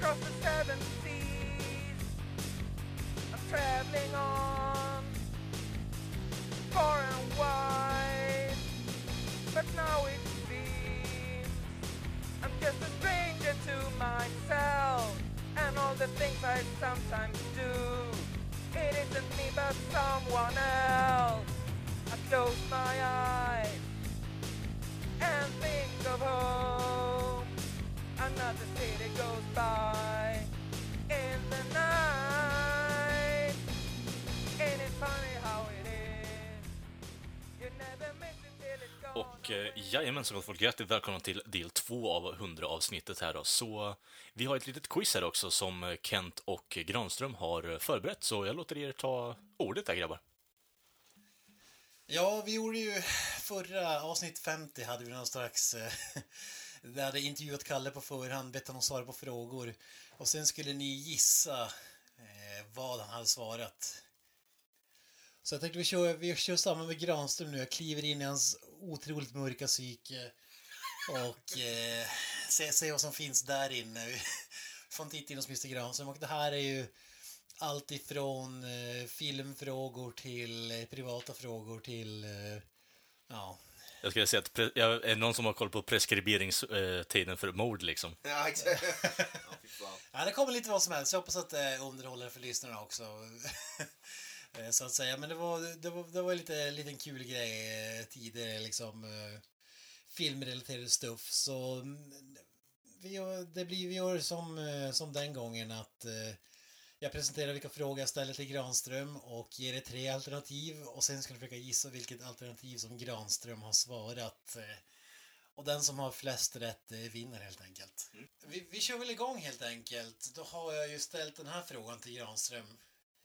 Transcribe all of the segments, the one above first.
across the seven seas. I'm traveling on far and wide, but now it seems I'm just a stranger to myself and all the things I sometimes do. It isn't me but someone else. I close my eyes and think of home. Another city goes by in the night. Ain't it funny how it is? You never miss it till it's gone. Och jajamensan gott folk, hjärtligt välkomna till del 2 av 100 avsnittet här då. Så vi har ett litet quiz här också som Kent och Granström har förberett, så jag låter er ta ordet där grabbar. Ja, vi gjorde ju förra avsnitt 50 hade vi någon strax där hade intervjuat Kalle på förhand, bett honom svara på frågor och sen skulle ni gissa vad han hade svarat. Så jag tänkte vi kör samma med Granström nu. Jag kliver in i hans otroligt mörka psyke och se vad som finns där inne. Vi får titta in hos Mr. Granström, och det här är ju allt ifrån filmfrågor till privata frågor till ja. Jag skulle säga att är det någon som har koll på preskriberingstiden för mord liksom? Ja, exakt. Ja, det kommer lite vad som helst. Jag hoppas att det underhåller för lyssnarna också. Så att säga, men det var lite liten kul grej tidigare liksom filmrelaterad stuff, så vi gör som den gången att jag presenterar vilka frågor jag ställer till Granström och ger det 3 alternativ och sen ska du försöka gissa vilket alternativ som Granström har svarat. Och den som har flest rätt vinner helt enkelt. Vi kör väl igång helt enkelt. Då har jag ju ställt den här frågan till Granström.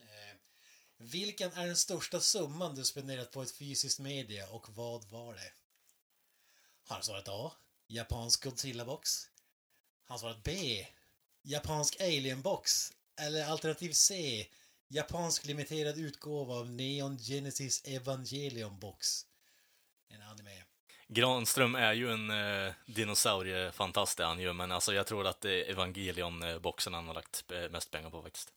Vilken är den största summan du spenderat på ett fysiskt media och vad var det? Har han svarat A, japansk Godzilla-box? Har han svarat B, japansk Alien-box? Eller alternativ C, japansk limiterad utgåva av Neon Genesis Evangelion-box? En anime. Granström är ju en dinosauriefantast han gör, men alltså jag tror att det är Evangelion-boxen han har lagt mest pengar på faktiskt.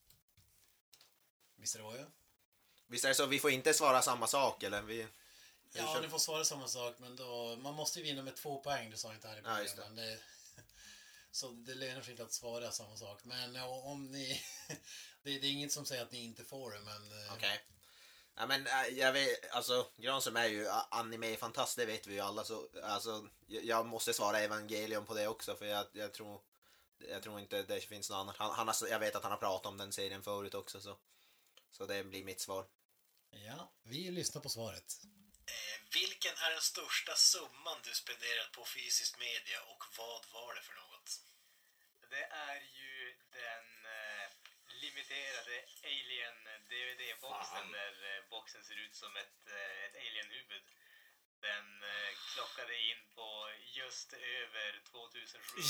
Visst är det vad jag? Visst är det så, vi får inte svara samma sak, eller? Ja, ni får svara samma sak, men då, man måste ju vinna med 2 poäng, det sa inte här i Ja, just det. Så det lönar sig inte att svara samma sak. Men om ni... det är inget som säger att ni inte får det, men... Okej. Ja, men jag vet, alltså Granström är ju anime-fantast, det vet vi ju alla, så alltså, jag måste svara Evangelion på det också, för jag tror inte det finns något annat. Jag vet att han har pratat om den serien förut också, så det blir mitt svar. Ja, vi lyssnar på svaret. Vilken är den största summan du spenderat på fysiskt media och vad var det för något? Det är ju den limiterade Alien DVD-boxen där boxen ser ut som ett alien-huvud. Den klockade in på just över 2700.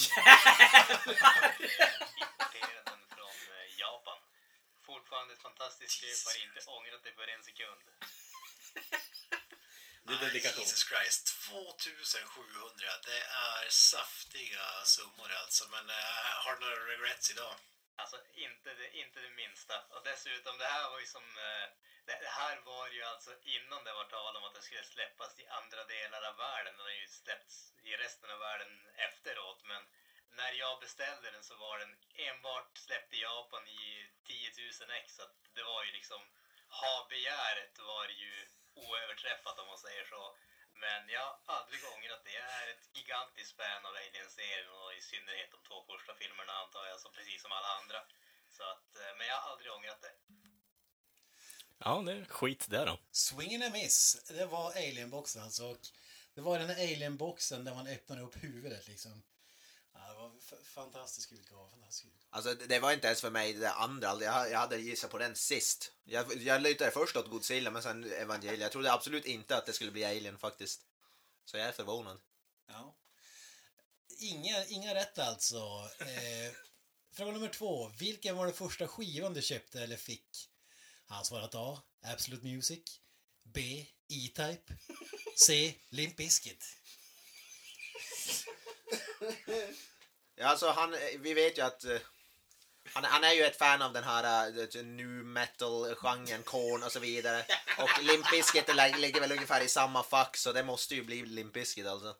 Importerade den från Japan. Fortfarande ett fantastiskt köp, har inte ångrat det för en sekund. Det är dedikation. Jesus Christ, 2700, det är saftiga summor alltså, men har du några regrets idag? Alltså inte det minsta. Och dessutom, det här var ju som... det här var ju alltså innan det var tal om att det skulle släppas i andra delar av världen. Den har ju släppts i resten av världen efteråt, men när jag beställde den så var den enbart släppt i Japan i 10 000 ex, så att det var ju liksom... Ha-begäret var ju oöverträffat om man säger så. Men jag har aldrig ångrat det. Jag är ett gigantiskt fan av Alien-serien och i synnerhet de 2 första filmerna antar jag, så precis som alla andra. Så att, men jag har aldrig ångrat det. Ja, det är skit där då. Swing and a miss, det var Alien-boxen alltså. Och det var den här Alien-boxen där man öppnade upp huvudet liksom. Ja, det var fantastisk utgåva, Alltså det var inte ens för mig det andra. Jag hade gissat på den sist. Jag lutade först åt Godzilla, men sen Evangelion. Jag trodde absolut inte att det skulle bli Alien faktiskt. Så jag är förvånad. Ja. Inga rätt alltså. Fråga nummer 2. Vilken var den första skivan du köpte eller fick? Han svarat A, Absolute Music. B, E-Type. C, Limp Bizkit. Ja, alltså vi vet ju att han är ju ett fan av den här new metal-genren, Korn och så vidare. Och Limp Bizkit ligger väl ungefär i samma fack, så det måste ju bli Limp Bizkit alltså.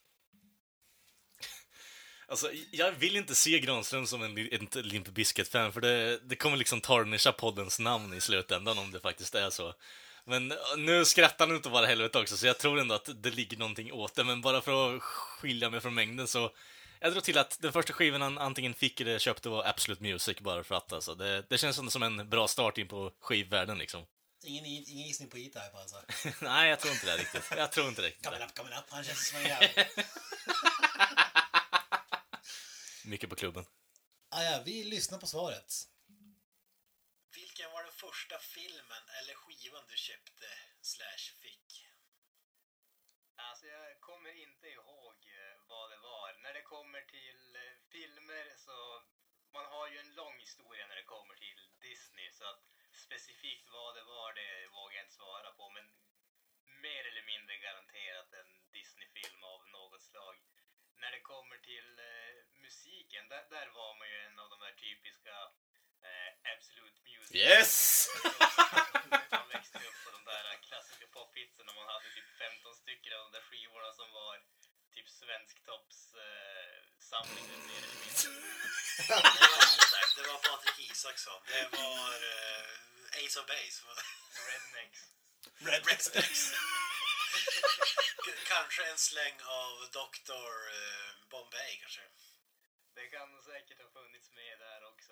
Alltså, jag vill inte se Granström som en Limp Bizkit-fan, för det kommer liksom tarnisha poddens namn i slutändan om det faktiskt är så. Men nu skrattar han inte bara helvete också, så jag tror ändå att det ligger någonting åt det. Men bara för att skilja mig från mängden så... Jag tror till att den första skivan han antingen fick eller köpte var Absolute Music, bara för att alltså. Det känns som en bra start in på skivvärlden liksom. Ingen gissning på E-Type alltså. Nej, jag tror inte det riktigt. Jag tror inte riktigt. Coming up. Han känns som en jävel. Mycket på klubben. Ja, vi lyssnar på svaret. Vilken var den första filmen eller skivan du köpte/fick? Alltså jag kommer inte ihåg vad det var. När det kommer till filmer så man har ju en lång historia när det kommer till Disney, så att specifikt vad det var, det vågar jag inte svara på, men mer eller mindre garanterat en Disney-film av något slag. När det kommer till musiken, där var man ju en av de här typiska Absolute Music. Yes! Man växte upp på de där klassiska pophitsen när man hade typ 15 stycken av de där skivorna som var typ svensk topps samling mer eller mindre. Det var Patrik Isaksson. Det var Ace of Base. Rednecks. Kanske en släng av Dr. Bombay kanske. Det kan säkert ha funnits med där också.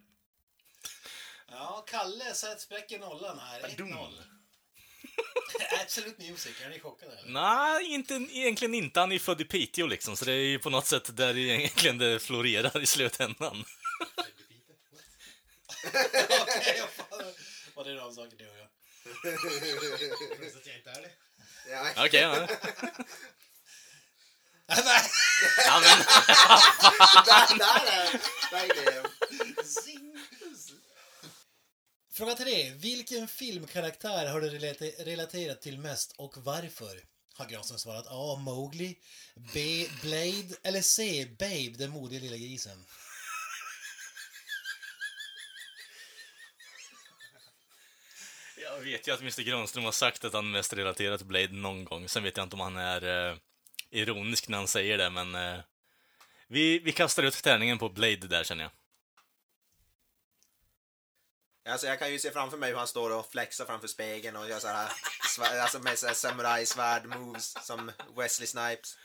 Ja, Kalle spräcker nollan här. 1-0. Absolute Music, är ni chockade eller? Nej, egentligen inte. Han är född i Piteå liksom, så det är ju på något sätt där egentligen det florerar i slutändan. Okej, vad är det de saker du gör? Så att jag inte är det. Ja. Okej, ja. Nej! Ja, men... Där. Fråga 3. Vilken filmkaraktär har du relaterat till mest och varför? Har Granström svarat A. Mowgli, B. Blade eller C. Babe, den modiga lilla grisen? Jag vet ju att Mr. Granström har sagt att han mest relaterar till Blade någon gång. Sen vet jag inte om han är ironisk när han säger det, men vi kastar ut tärningen på Blade där, känner jag. Alltså jag kan ju se framför mig hur han står och flexar framför spegeln och gör så här alltså med så här samurai-svärd moves som Wesley Snipes.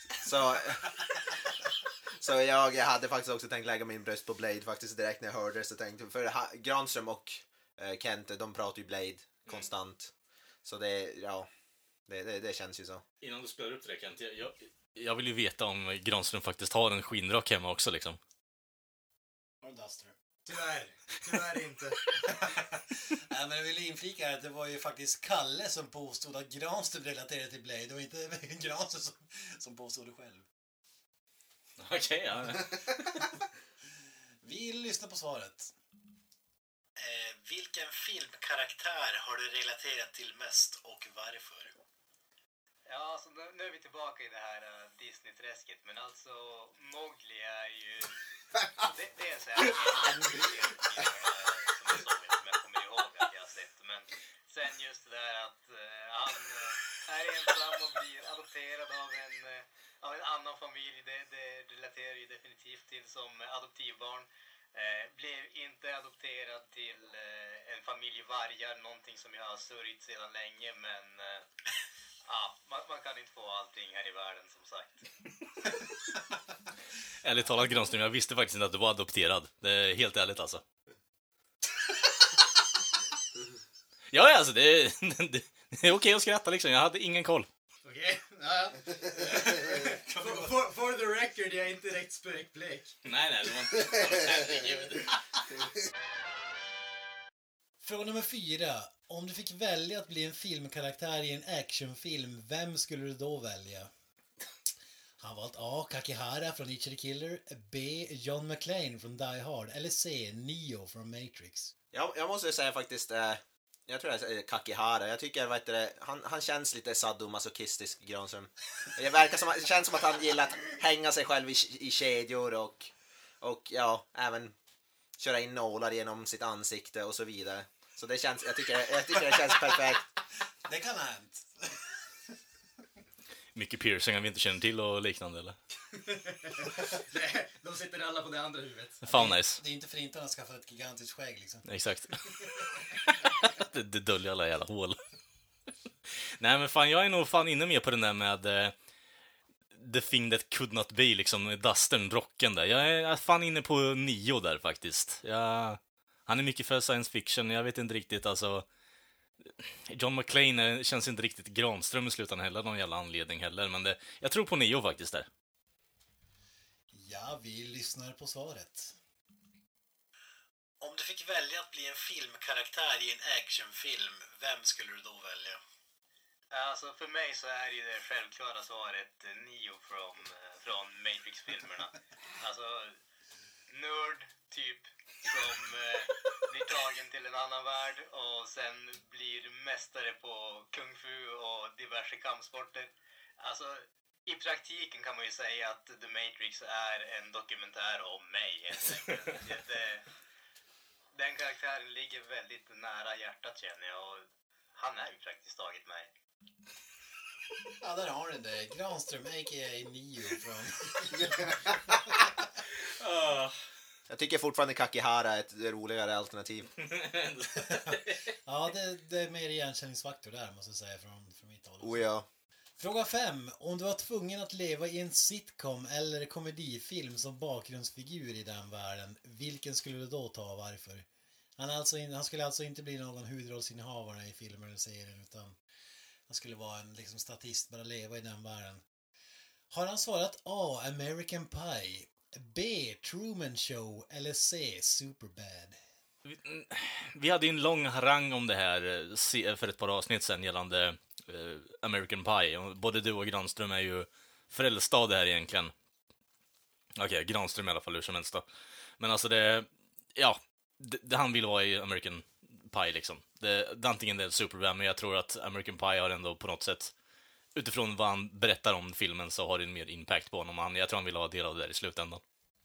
Så jag hade faktiskt också tänkt lägga min bröst på Blade faktiskt direkt när jag hörde det, så tänkte för Granström och Kent, de pratar ju Blade konstant. Så det känns ju så. Innan du spelar upp det, Kent, jag vill ju veta om Granström faktiskt har en skinnrock hemma också liksom. Har Duster? Tyvärr inte. Nej, men jag vill inflika att det var ju faktiskt Kalle som påstod att Granström relaterade till Blade och inte Granström som påstod det själv. Okej, ja. Vi lyssnar på svaret. Vilken filmkaraktär har du relaterat till mest och varför? Ja, alltså nu är vi tillbaka i det här Disney-träsket, men alltså Mowgli är ju... Det är så här... som jag kommer ihåg att jag har sett, men sen just det där att han är ensam och blir adopterad av en annan familj, det relaterar ju definitivt till som adoptivbarn. Blev inte adopterad till en familj vargar, någonting som jag har sörjt sedan länge, men man kan inte få allting här i världen, som sagt. Ärligt talat, Granström, jag visste faktiskt inte att du var adopterad. Det är helt ärligt alltså. Ja, alltså det är okej att skratta liksom. Jag hade ingen koll. Okej, ja. For the record, jag är inte direkt spökblek. Nej, det var inte... Herregud. Fråga nummer 4. Om du fick välja att bli en filmkaraktär i en actionfilm, vem skulle du då välja? Han valt A. Kakihara från Ichi the Killer, B. John McClane från Die Hard eller C. Neo från Matrix. Jag måste säga faktiskt Jag tror jag säger Kakihara. Jag tycker vet du, han känns lite sadomasochistisk, Granström. Det känns som att han gillar att hänga sig själv i kedjor och ja, även köra in nålar genom sitt ansikte och så vidare. Så det känns, jag tycker det känns perfekt. Det kan ha hänt. Mycket piercingar vi inte känner till och liknande, eller? De sitter alla på det andra huvudet. Fan nice. Det är inte för inte att han skaffat ett gigantiskt skägg liksom. Exakt. det döljer alla jävla hål. Nej men fan, jag är nog fan inne mer på den där med The Thing That Could Not Be, liksom Dustern, rocken där. Jag är fan inne på Neo där faktiskt. Han är mycket för science fiction, jag vet inte riktigt, alltså... John McClane känns inte riktigt Granström i slutändan heller, någon jävla anledning heller, men jag tror på Neo faktiskt där. Ja, vi lyssnar på svaret. Om du fick välja att bli en filmkaraktär i en actionfilm, vem skulle du då välja? Alltså för mig så är ju det självklara svaret Neo från Matrix-filmerna. Alltså nörd typ som blir tagen till en annan värld och sen blir mästare på kung fu och diverse kampsporter. Alltså i praktiken kan man ju säga att The Matrix är en dokumentär om mig. Den karaktären ligger väldigt nära hjärtat, känner jag, och han är ju praktiskt taget mig. Ja, där har ni det. Granström, a.k.a. Neo från... Jag tycker fortfarande Kakihara är ett roligare alternativ. Ja, det är mer igenkänningsfaktor där, måste jag säga, från mitt håll. Oh ja. Fråga 5. Om du var tvungen att leva i en sitcom eller komedifilm som bakgrundsfigur i den världen, vilken skulle du då ta och varför? Han skulle alltså inte bli någon huvudrollsinnehavare i filmer eller serier, utan han skulle vara en liksom statist, bara leva i den världen. Har han svarat A. American Pie, B. Truman Show eller C. Superbad? Vi hade en lång harang om det här för ett par avsnitt sedan gällande American Pie. Både du och Granström är ju frälsta av det här egentligen. Okej, Granström i alla fall, hur som helst då. Men alltså det han vill vara i American Pie liksom. Det antingen det är Superbad, men jag tror att American Pie har ändå på något sätt, utifrån vad han berättar om filmen, så har det en mer impact på honom. Jag tror han vill ha del av det där i slutändan.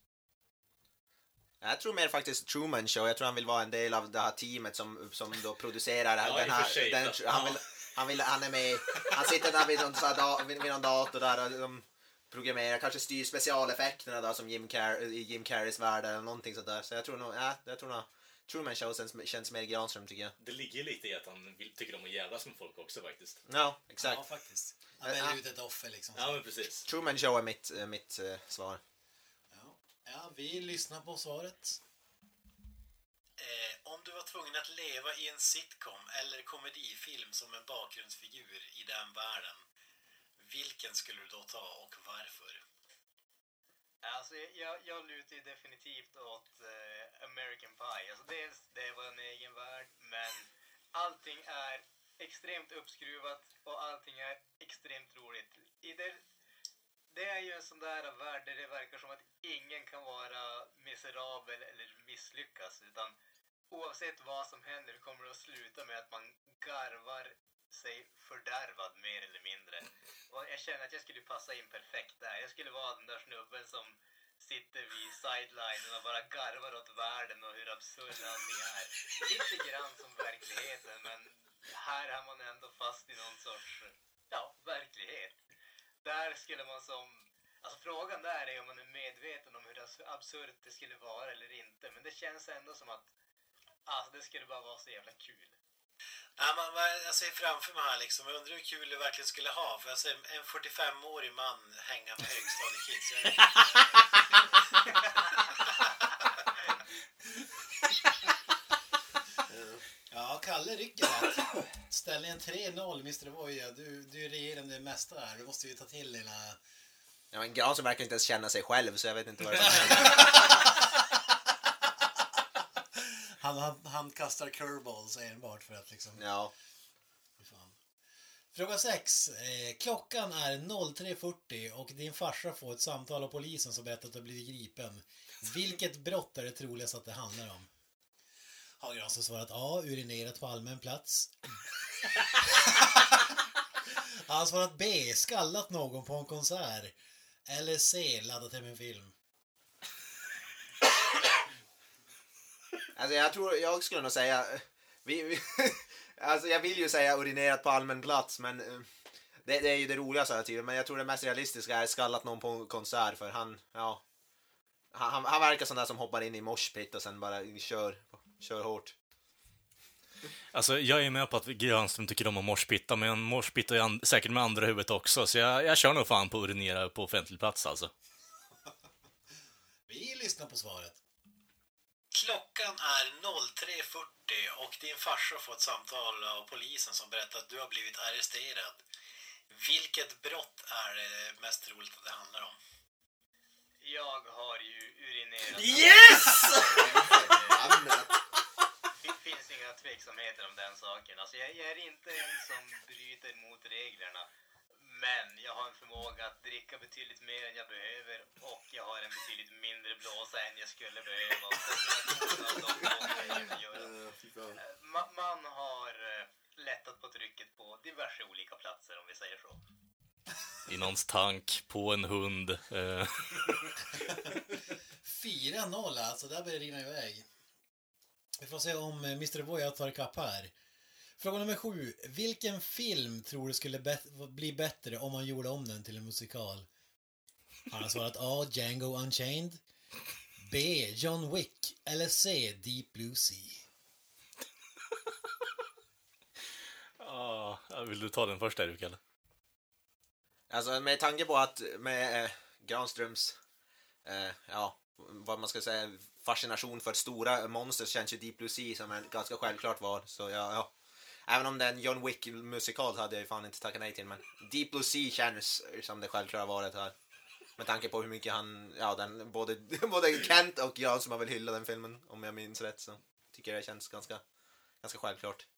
Jag tror mer faktiskt Truman Show. Jag tror han vill vara en del av det här teamet som då producerar Ja, den här. Han är med. Han sitter där vid någon dator där och de programmerar, kanske styr specialeffekterna där som Jim Carreys värld eller någonting sånt där. Så jag tror nog Truman Show känns mer Granström, tycker jag. Det ligger lite i att han tycker om att jävlas med folk också faktiskt. Ja, exakt. Ja, faktiskt. Han väljer ut ett offer liksom. Ja, men precis. Truman Show är mitt svar. Ja, vi lyssnar på svaret. Om du var tvungen att leva i en sitcom eller komedifilm som en bakgrundsfigur i den världen, vilken skulle du då ta och varför? Alltså jag lutar ju definitivt åt American Pie. Alltså dels, det var en egen värld, men allting är extremt uppskruvat och allting är extremt roligt. Det är ju en sån där värld där det verkar som att ingen kan vara miserabel eller misslyckas, utan oavsett vad som händer kommer det att sluta med att man garvar sig fördärvad mer eller mindre. Och jag känner att jag skulle passa in perfekt där. Jag skulle vara den där snubben som sitter vid sidelinen och bara garvar åt världen och hur absurd allting är. Lite grann som verkligheten, men här är man ändå fast i någon sorts verklighet. Där skulle man alltså frågan där är om man är medveten om hur absurt det skulle vara eller inte. Men det känns ändå som att det skulle bara vara så jävla kul. Ja, jag ser framför mig här liksom, jag undrar hur kul du verkligen skulle ha. För jag ser en 45-årig man hänga med högstadiekids. Ja, Kalle rycker här. Ställningen 3-0, Mr. Voja. Du är regerande mästare här. Du måste ju ta till dina... Ja, men Gran som verkar inte ens känna sig själv, så jag vet inte vad det är. Han kastar curveballs enbart för att liksom... Ja. Fan. Fråga 6. Klockan är 03.40 och din farsa får ett samtal av polisen som berättar att du har blivit gripen. Vilket brott är det troligast att det handlar om? Har Granström svarat A, urinerat på allmän plats? Har han svarat B, skallat någon på en konsert? Eller C, laddat hem en film? Alltså jag skulle nog säga alltså jag vill ju säga urinerat på allmän plats, men det är ju det roligaste här tydligen, men jag tror det mest realistiska är skallat någon på en konsert, för han verkar sån där som hoppar in i moshpit och sen bara kör hårt. Alltså, jag är med på att Granström tycker om att morspitta, men morspitta är säkert med andra huvudet också, så jag kör nog fan på att urinera på offentlig plats, alltså. Vi lyssnar på svaret. Klockan är 03.40 och din farsa får ett samtal av polisen som berättar att du har blivit arresterad. Vilket brott är det mest troligt att det handlar om? Jag har ju urinerat. Yes! Det finns inga tveksamheter om den saken. Alltså jag är inte en som bryter mot reglerna. Men jag har en förmåga att dricka betydligt mer än jag behöver. Och jag har en betydligt mindre blåsa än jag skulle behöva. Man har lättat på trycket på diverse olika platser, om vi säger så. I någons tank, på en hund. 4-0 alltså, där börjar det rinna iväg. Vi får se om Mr. Boy tar ikapp här. Fråga nummer 7. Vilken film tror du skulle bli bättre om man gjorde om den till en musikal? Han har svarat A, Django Unchained, B, John Wick, eller C, Deep Blue Sea. Vill du ta den första, Erik, eller? Alltså med tanke på att med Granströms vad man ska säga, fascination för stora monster, känns ju Deep Blue Sea som en ganska självklart val. Så ja. Även om den John Wick musikal hade jag ju fan inte tackat nej till, men Deep Blue Sea känns som det självklara valet här. Med tanke på hur mycket både Kent och jag som har väl hyllat den filmen, om jag minns rätt, så tycker jag det känns ganska självklart.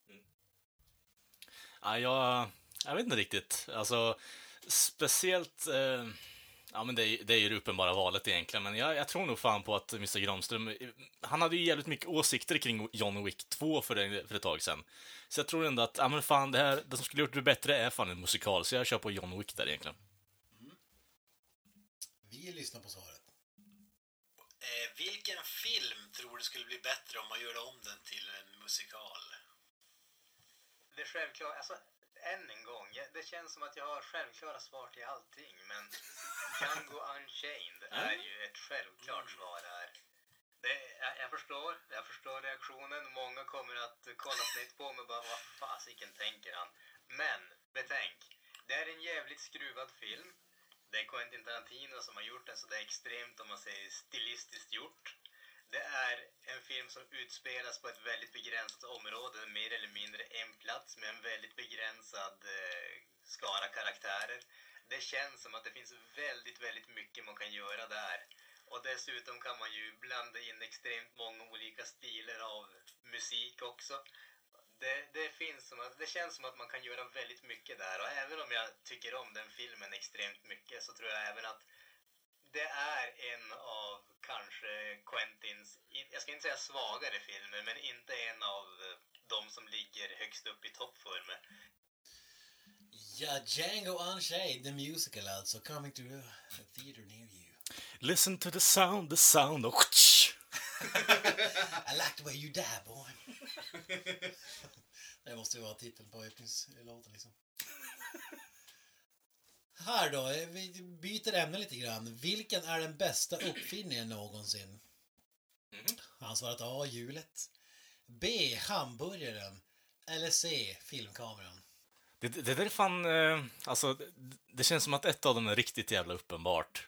Ja, jag vet inte riktigt. Alltså, speciellt... men det är ju det uppenbara valet egentligen. Men jag tror nog fan på att Mr. Granström... Han hade ju jävligt mycket åsikter kring John Wick 2 för ett tag sedan. Så jag tror ändå att det som skulle gjort det bättre är fan en musikal. Så jag kör på John Wick där egentligen. Vi lyssnar på svaret. Vilken film tror du skulle bli bättre om man gör om den till en musikal? Det är självklart, alltså än en gång, det känns som att jag har självklara svar till allting, men Django Unchained är ju ett självklart svar här. Jag förstår reaktionen, många kommer att kolla snett på mig och bara, vad fasiken tänker han? Men, betänk, det är en jävligt skruvad film. Det är Quentin Tarantino som har gjort den, så det är extremt, om man säger, stilistiskt gjort. Det är en film som utspelas på ett väldigt begränsat område, mer eller mindre en plats med en väldigt begränsad skara karaktärer. Det känns som att det finns väldigt, väldigt mycket man kan göra där. Och dessutom kan man ju blanda in extremt många olika stilar av musik också. Det känns som att man kan göra väldigt mycket där. Och även om jag tycker om den filmen extremt mycket, så tror jag även att det är en av kanske Quentins, jag ska inte säga svagare filmer, men inte en av de som ligger högst upp i toppformen. Ja, Django Unchained, the musical alltså, coming to a theater near you. Listen to the sound of... I like the way you die, boy. Det måste ju vara titeln på öppningslåten liksom. Här då, vi byter ämne lite grann. Vilken är den bästa uppfinningen någonsin? Han svarat A, hjulet, B, hamburgaren, eller C, filmkameran. Det där är fan... alltså, det känns som att ett av dem är riktigt jävla uppenbart.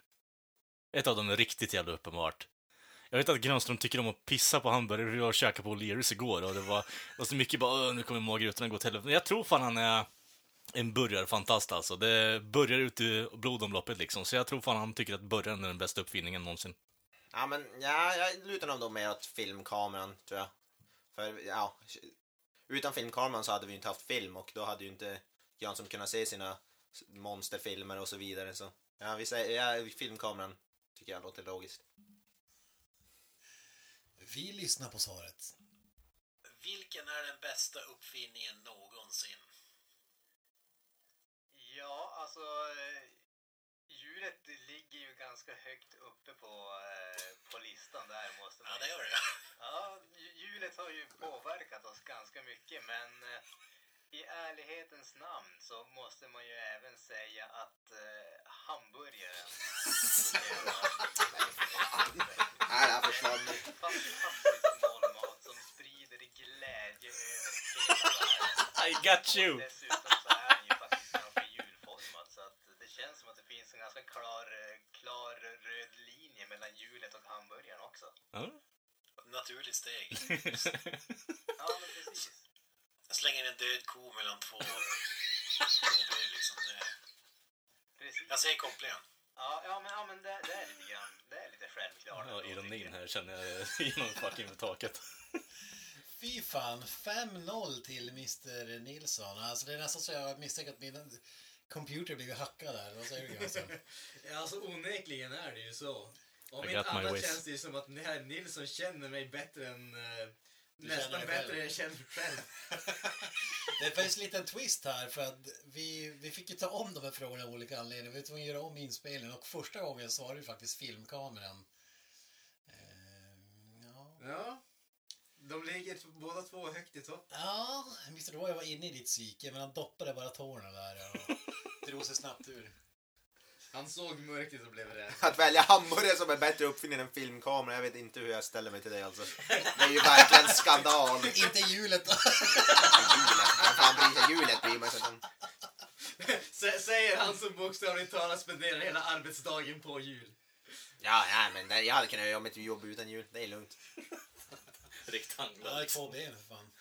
Jag vet att Granström tycker om att pissa på hamburgare. Vi var och käkade på O'Learys igår och det var så mycket bara, nu kommer magrutorna gå till. Men jag tror fan han är en burgarfantast alltså. Det börjar ut i blodomloppet liksom. Så jag tror fan han tycker att burgaren är den bästa uppfinningen någonsin. Ja, men jag lutar nog då mer åt filmkameran, tror jag. För utan filmkameran så hade vi inte haft film, och då hade ju inte Jansson kunnat se sina monsterfilmer och så vidare. Så vi säger filmkameran, tycker jag låter logiskt. Vi lyssnar på svaret. Vilken är den bästa uppfinningen någonsin? Ja, alltså hjulet ligger ju ganska högt uppe på listan där måste man Ja, det gör det. Ja, hjulet har ju påverkat oss ganska mycket, men i ärlighetens namn så måste man ju även säga att hamburgaren Nej, det här försvann. fantastisk målmat som sprider glädje över hela världen. I got you! Dessutom så är den ju faktiskt ganska hjulformad, så att det känns som att det finns en ganska klar röd linje mellan hjulet och hamburgaren också. Naturligt steg. Ja, men precis. Jag slänger en död ko mellan två kopplar liksom. Precis. Jag säger kopplingen. Ja, men det är lite grann, det är lite självklart. Ja, ironin här känner jag genom fucking taket. Fy fan, 5-0 till Mr. Nilsson. Alltså det är nästan så jag misstänker att min computer blivit hackad där. Vad säger du, Jönsson? Ja, alltså onekligen är det ju så. Om I inte got my annat ways. känns det ju som att den här Nilsson känner mig bättre än... känner nästan dig bättre själv. än jag känner mig själv. Det finns en liten twist här för att vi fick ju ta om de här frågorna av olika anledningar. Vi tvungen att göra om inspelningen och första gången så var det ju faktiskt filmkameran. Ja. De ligger båda två högt i topp. Ja, Mr. Roy var inne i ditt psyke men han doppade bara tårna där och drog sig snabbt ur. Han såg mörkt ut och blev rädd. Att välja hamburgare som är bättre uppfinning än filmkamera, jag vet inte hur jag ställer mig till det alltså. Det är ju verkligen skandal. Inte hjulet då. Hjulet, vad fan bryr sig hjulet bryr mig sig. Säger han som bokstavligt talat spenderar hela arbetsdagen på jul. Ja, men jag hade kunnat göra mitt jobb utan hjul, det är lugnt. Rektanglar. Jag har 2 ben för fan.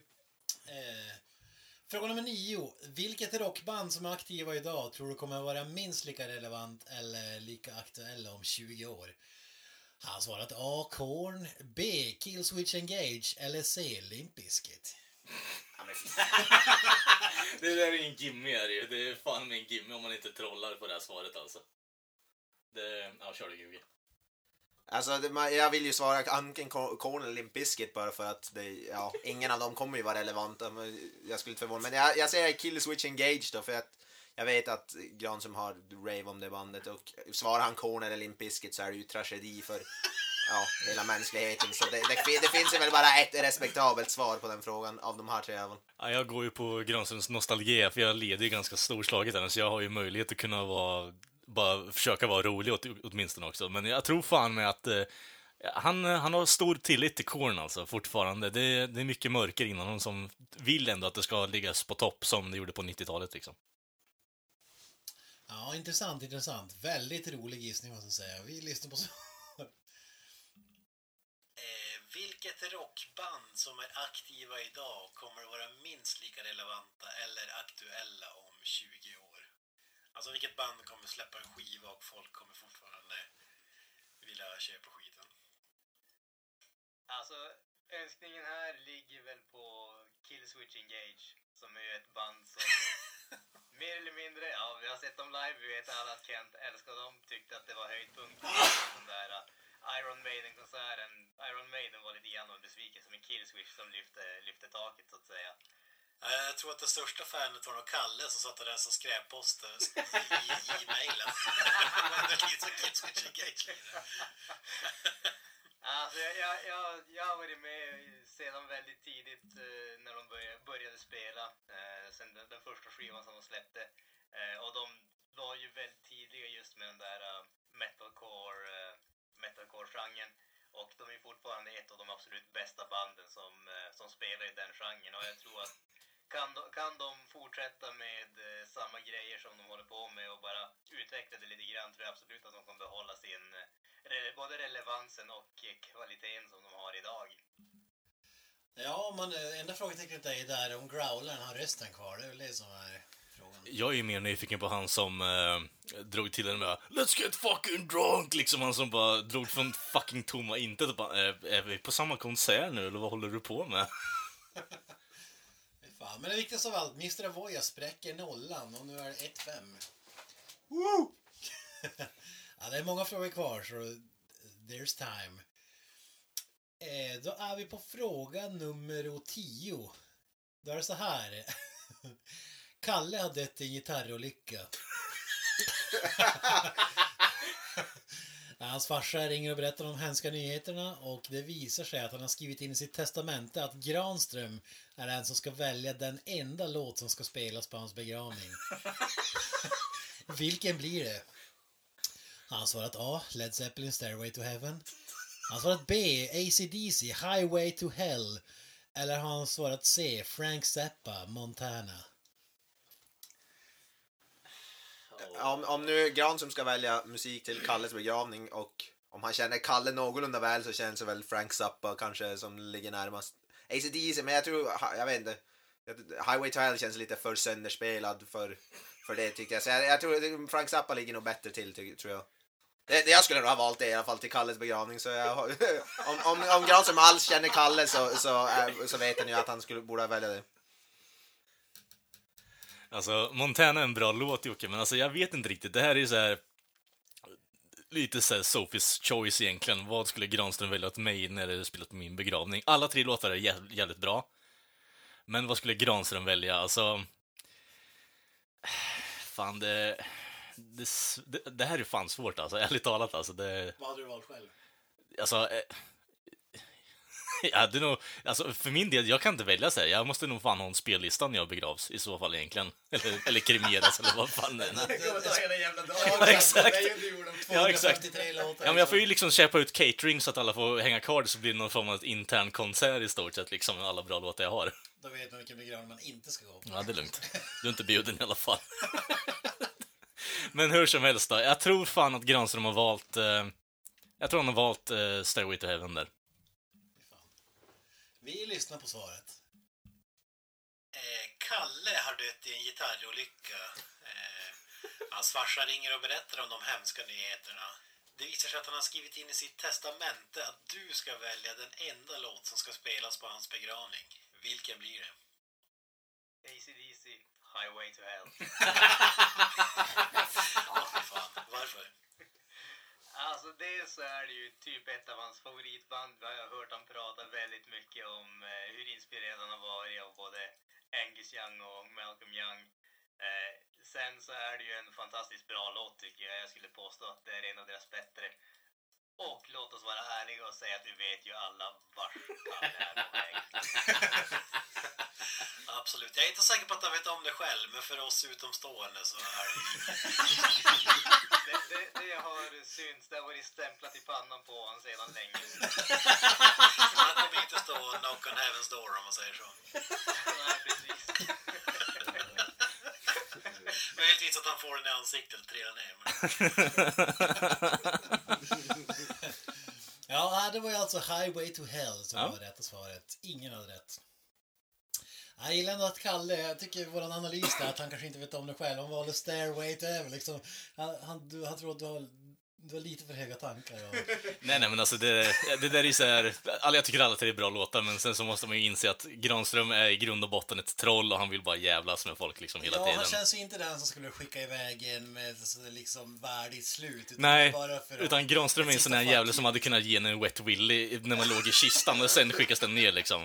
Fråga nummer 9. Vilket rockband som är aktiva idag tror du kommer att vara minst lika relevant eller lika aktuella om 20 år? Han har svarat A. Korn, B. Killswitch Engage eller C. Limp Bizkit. Ja, men Det där är ingen gimme är det ju. Det är fan med en gimme om man inte trollar på det här svaret alltså. Ja, kör det Gugi. alltså, jag vill ju svara antingen Korn eller Limp Bizkit bara för att ingen av dem kommer ju vara relevanta. Men jag skulle inte förvåna. Men jag säger Killswitch Engage då för att jag vet att Granström har rave om det bandet och svarar han Korn eller Limp Bizkit så är det ju tragedi för hela mänskligheten. Så det finns ju väl bara ett respektabelt svar på den frågan av de här tre även. Ja, jag går ju på Granströms nostalgi för jag leder ju ganska storslaget än så jag har ju möjlighet att kunna bara försöka vara rolig åtminstone också. Men jag tror fan med att han har stor tillit till Korn alltså fortfarande. Det är mycket mörker innan honom som vill ändå att det ska liggas på topp som det gjorde på 90-talet liksom. Ja, intressant. Väldigt rolig gissning måste jag säga. Vi lyssnar på så. Vilket rockband som är aktiva idag kommer att vara minst lika relevanta eller aktuella om 20 år? Alltså vilket band kommer släppa en skiva och folk kommer fortfarande vilja köpa skiten? Alltså, önskningen här ligger väl på Killswitch Engage, som är ju ett band som mer eller mindre, vi har sett dem live, vi vet alla att Kent älskar dem, tyckte att det var höjdpunkten i den där Iron Maiden-konserten. Iron Maiden var lite grann av en besvikelse med Killswitch som lyfte taket så att säga. Jag tror att det största fanet var nog Kalle som satt och läste skräpposter i mejlen. Det är lite Killswitch Engage. Alltså, jag har varit med sedan väldigt tidigt när de började spela, sen den första skivan som de släppte. Och de var ju väldigt tidiga just med den där metalcore-genren. Och de är fortfarande ett av de absolut bästa banden som spelar i den genren. Och jag tror att kan de fortsätta med samma grejer som de håller på med och bara utveckla det lite grann, tror jag absolut att de kommer behålla sin både relevansen och kvaliteten som de har idag. Ja, men enda frågetecknet är där om growlern har rösten kvar. Det är väl det som är frågan. Jag är ju mer nyfiken på han som drog till den med Let's get fucking drunk! Liksom han som bara drog från fucking tomma intet och bara, är vi på samma konsert nu eller vad håller du på med? Fan, men det viktigaste av allt, Mr. Avoya spräcker nollan och nu är det 1-5. Woo! Ja, det är många frågor kvar så there's time. Då är vi på fråga nummer 10. Då är det så här. Kalle har dött i en gitarrolycka. Hans farsa ringer och berättar de hemska nyheterna och det visar sig att han har skrivit in i sitt testamente att Granström är den som ska välja den enda låt som ska spelas på hans begravning. Vilken blir det? Han har svarat A. Led Zeppelin Stairway to Heaven. Han har svarat B. AC/DC Highway to Hell. Eller har han svarat C. Frank Zappa Montana. Om nu Granström ska välja musik till Kalles begravning och om han känner Kalle någorlunda väl så känns det väl Frank Zappa kanske som ligger närmast. AC/DC, men jag vet inte. Highway to Hell känns lite för sönderspelad för det tycker jag. Så jag tror Frank Zappa ligger nog bättre till tror jag. Jag skulle nog ha valt det i alla fall till Kalles begravning. Så om Granström alls känner Kalle så vet han ju att han borde välja det. Alltså, Montana är en bra låt, Jocke, men alltså jag vet inte riktigt. Det här är ju så här lite så här Sophie's choice egentligen. Vad skulle Granström välja åt mig när det spelat på min begravning? Alla 3 låtar är jävligt bra. Men vad skulle Granström välja? Alltså, fan, det här är fan svårt alltså, ärligt talat alltså. Vad hade du valt själv? Alltså, ja, det är nog, alltså för min del, jag kan inte välja så här. Jag måste nog fan ha en spellista när jag begravs i så fall egentligen. Eller kremeras eller vad fan det är. Det kommer ta hela jävla dagen. Ja, exakt. Ja, exakt. Ja, men jag får ju liksom köpa ut catering så att alla får hänga kvar, så blir det någon form av intern konsert i stort sett liksom med alla bra låtar jag har. Då vet man vilken begravning man inte ska gå på. Ja, det är lugnt. Du är inte bjuden i alla fall. Men hur som helst då. Jag tror fan att Granström har valt Stairway to Heaven där. Vi lyssnar på svaret. Kalle har dött i en gitarrolycka. Hans farsa ringer och berättar om de hemska nyheterna. Det visar sig att han har skrivit in i sitt testamente att du ska välja den enda låt som ska spelas på hans begravning. Vilken blir det? AC/DC Highway to Hell. Ja, fy fan. Varför? Alltså dels så är det ju typ ett av hans favoritband. Jag har hört han prata väldigt mycket om hur inspirerad han har varit av både Angus Young och Malcolm Young. Sen så är det ju en fantastiskt bra låt tycker jag. Jag skulle påstå att det är en av deras bättre. Och låt oss vara ärliga och säga att vi vet ju alla vart Kalle är på väg. Absolut. Jag är inte säker på att han vet om det själv, men för oss utomstående så är det har synts, det har varit stämplat i pannan på honom sedan länge. Han kommer inte stå knock on heaven's door om man säger så. Nej, precis. Möjligtvis att han får den i ansiktet eller trillar ner. Ja, det var ju alltså Highway to Hell som var rätt svaret. Ingen hade rätt. Jag gillar ändå att Kalle, jag tycker våran analys där, att han kanske inte vet om det själv. Han valde Stairway to Heaven liksom. Han tror att du har lite för höga tankar. Och... Nej, men alltså det där är ju så här, jag tycker alla 3 är bra låtar, men sen så måste man ju inse att Granström är i grund och botten ett troll och han vill bara jävlas med folk liksom hela tiden. Ja, han känns ju inte den som skulle skicka iväg en med liksom värdigt slut. Utan Nej, bara för utan Granström är en sån här jävla som hade kunnat ge en wet willy när man låg i kistan och sen skickas den ner liksom.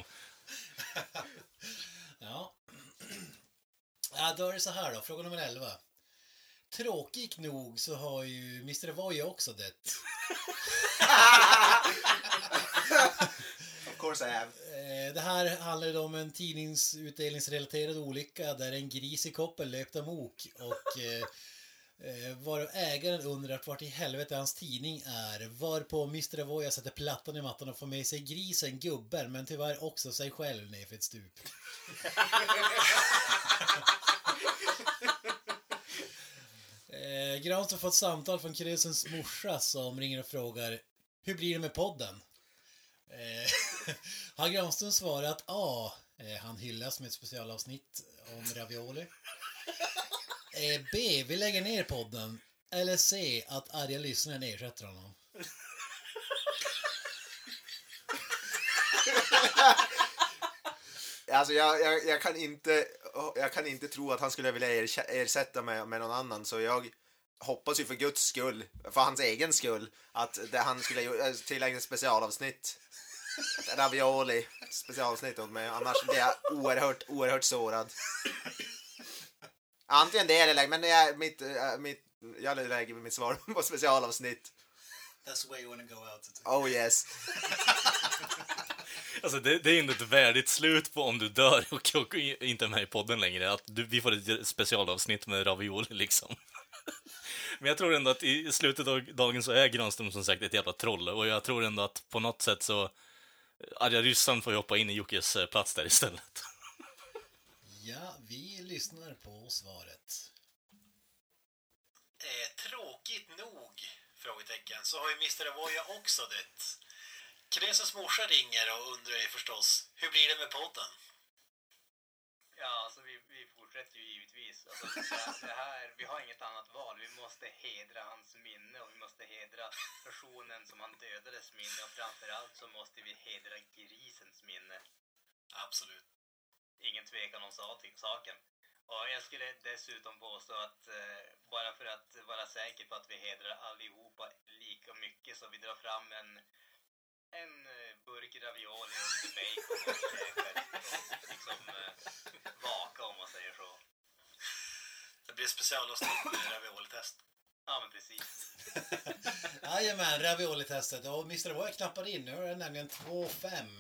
Ja, då är det så här då. Fråga nummer 11. Tråkigt nog så har ju Mr. Voy också dött. Of course I have. Det här handlar om en tidningsutdelningsrelaterad olycka där en gris i koppel löpte amok och var ägaren undrar vart i helvete hans tidning är, varpå Mr. Voy sätter plattan i mattan och får med sig grisen, gubben, men tyvärr också sig själv ner för ett stup. Granström får ett samtal från Krösens morsa som ringer och frågar: hur blir det med podden? Har Granström svarat A. Han hyllas med ett specialavsnitt om ravioli. B. Vi lägger ner podden. Eller C. Att arga lyssnaren ersätter honom. Alltså jag kan inte tro att han skulle vilja ersätta med någon annan, så jag hoppas ju för Guds skull, för hans egen skull, att han skulle tillägna ett specialavsnitt ravioli specialavsnitt åt mig. Annars blir jag oerhört sårad. Antingen det eller lägg, men det är jag lägger mitt svar på specialavsnitt. That's the way you wanna go out. Oh yes. Alltså det är inte ett värdigt slut på om du dör och inte är med i podden längre. Att vi får ett specialavsnitt med ravioli liksom. Men jag tror ändå att i slutet av dagen så är Granström som sagt ett jävla troll. Och jag tror ändå att på något sätt så Arja Ryssan får hoppa in i Jockes plats där istället. Ja, vi lyssnar på svaret. Tråkigt nog, frågetecken, så har ju Mr. Avoya också dött. Knesas morsa ringer och undrar ju förstås, hur blir det med podden? Ja, alltså vi fortsätter ju givetvis. Alltså, det här, vi har inget annat val. Vi måste hedra hans minne och vi måste hedra personen som han dödades minne och framförallt så måste vi hedra grisens minne. Absolut. Ingen tvekan om saken. Och jag skulle dessutom påstå att bara för att vara säker på att vi hedrar allihopa lika mycket så vi drar fram en burk ravioli och lite bacon och käkar och liksom vaka om man säger så. Det blir specialavsnitt med ravioli-test. Ja men precis. Jajamän, ravioli-testet. Och Mr. Avoya knappar in. Nu är det nämligen 2-5.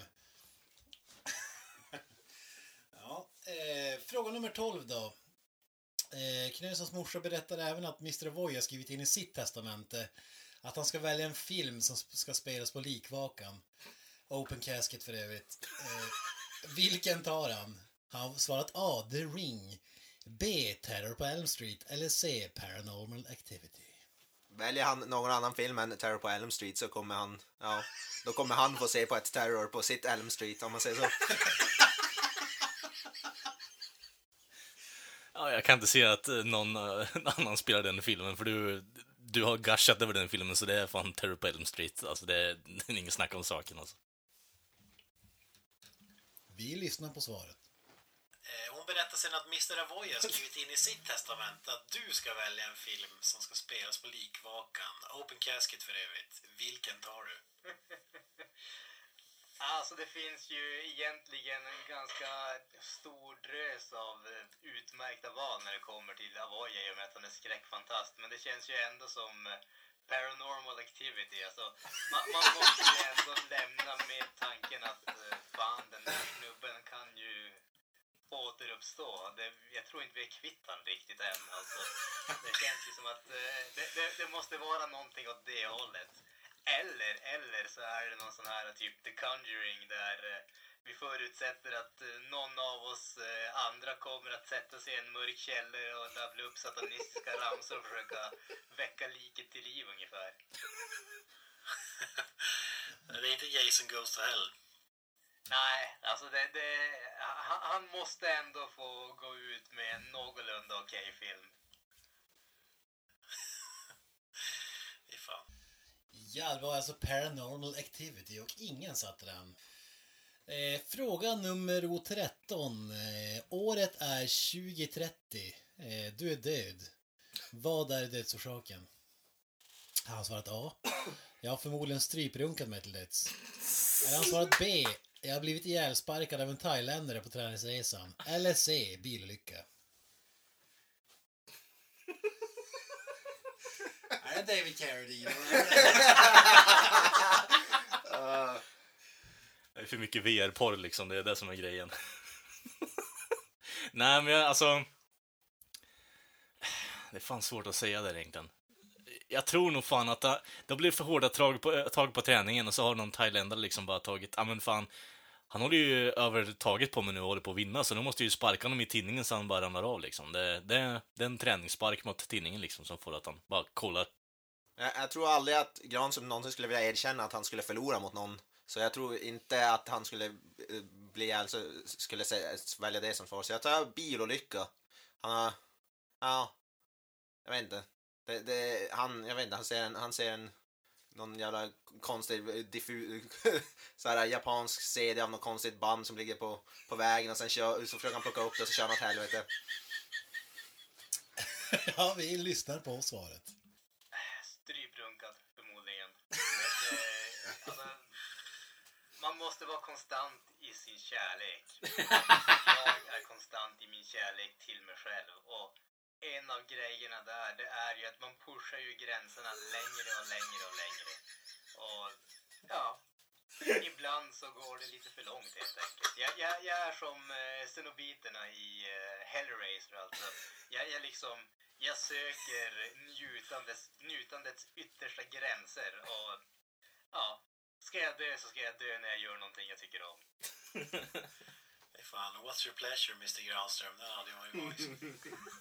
Ja, fråga nummer 12 då. Knösens morsa berättar även att Mr. Avoya skrivit in i sitt testamente att han ska välja en film som ska spelas på likvakan. Open casket för övrigt. Vilken tar han? Han har svarat A. The Ring, B. Terror på Elm Street eller C. Paranormal Activity. Väljer han någon annan film än Terror på Elm Street så kommer han, ja, då kommer han få se på ett terror på sitt Elm Street om man säger så. Ja, jag kan inte se att någon annan spelar den filmen för du har gashat över den filmen så det är fan Terror på Elm Street. Alltså det är ingen snack om saken alltså. Vi lyssnar på svaret. Hon berättar sen att Mr. Avoya skrivit in i sitt testament att du ska välja en film som ska spelas på likvakan. Open casket för övrigt. Vilken tar du? Alltså det finns ju egentligen en ganska stor drös av utmärkta val när det kommer till Avoya i och med att han är skräckfantast. Men det känns ju ändå som Paranormal Activity. Alltså, man måste ju ändå lämna med tanken att fan den där snubben kan ju återuppstå. Jag tror inte vi är kvittan riktigt än. Alltså, det känns ju som att det måste vara någonting åt det hållet. Eller så är det någon sån här typ The Conjuring där vi förutsätter att någon av oss andra kommer att sätta sig i en mörk källare och rabbla upp satanistiska ramsor och försöka väcka liket till liv ungefär. Det är inte Jason Goes to Hell. Nej, alltså han måste ändå få gå ut med en någorlunda okej film. Det är fan. Ja, det var alltså Paranormal Activity och ingen satte den. Fråga nummer 13. Året är 2030. Du är död. Vad är dödsorsaken? Han har svarat A. Jag har förmodligen stryprunkat mig till döds. Eller han svarat B. Jag har blivit ihjälsparkad av en thailändare på träningsresan. Eller C. Bilolycka. Är det David Carradine? Det är för mycket VR-porr liksom, det är det som är grejen. Nej men alltså det är fan svårt att säga det egentligen. Jag tror nog fan att det blir för hårda tag på träningen och så har någon thailändare liksom bara tagit, ja men fan, han håller ju övertaget på mig nu och håller på att vinna så då måste ju sparka honom i tinningen så han bara ramlar av liksom. Det är en träningsspark mot tinningen liksom som får att han bara kollar. Jag tror aldrig att Granström någonsin skulle vilja erkänna att han skulle förlora mot någon. Så jag tror inte att han skulle skulle välja det som svar. Så jag tar bilolycka. Han har, ja, jag vet inte. Jag vet inte, han ser någon jävla konstig så här japansk CD av något konstigt band som ligger på vägen och sen så försöker han plocka upp det och så kör han åt helvete. Ja, vi lyssnar på svaret. Stryprunkad förmodligen. Alltså, man Man måste vara konstant i sin kärlek. Jag är konstant i min kärlek till mig själv. Och en av grejerna där, det är ju att man pushar ju gränserna längre och längre och längre. Och ja, ibland så går det lite för långt helt enkelt. Jag är som cenobiterna i Hellraiser alltså. Jag söker njutandets yttersta gränser och ja, ska jag dö så ska jag dö när jag gör någonting jag tycker om. Fan, what's your pleasure, Mr. Granström? Den hade jag ju varit.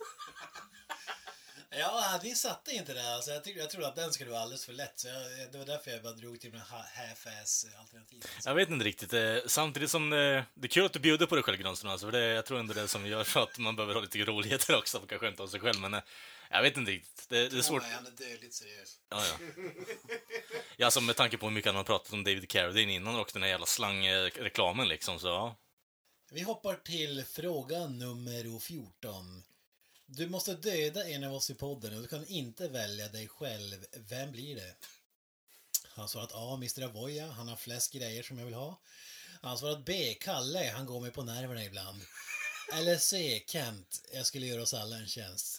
Ja, vi satte inte det. Alltså, jag trodde att den skulle vara alldeles för lätt. Så det var därför jag bara drog till med half-ass-alternativ. Jag vet inte riktigt. Samtidigt som det är kul att du bjuder på dig själv, Granström. Alltså, för jag tror ändå det som gör för att man behöver ha lite roligheter också. Man kan skämta om sig själv, men jag vet inte riktigt. Det är svårt. Han är dödligt seriös. Ja. Ja, alltså med tanke på hur mycket han har pratat om David Carradine innan och den här jävla slangreklamen liksom, så ja. Vi hoppar till fråga nummer 14. Du måste döda en av oss i podden och du kan inte välja dig själv. Vem blir det? Han har svarat A, Mr. Avoya. Han har flest grejer som jag vill ha. Han har svarat B, Kalle. Han går mig på nerverna ibland. Eller C, Kent. Jag skulle göra oss alla en tjänst.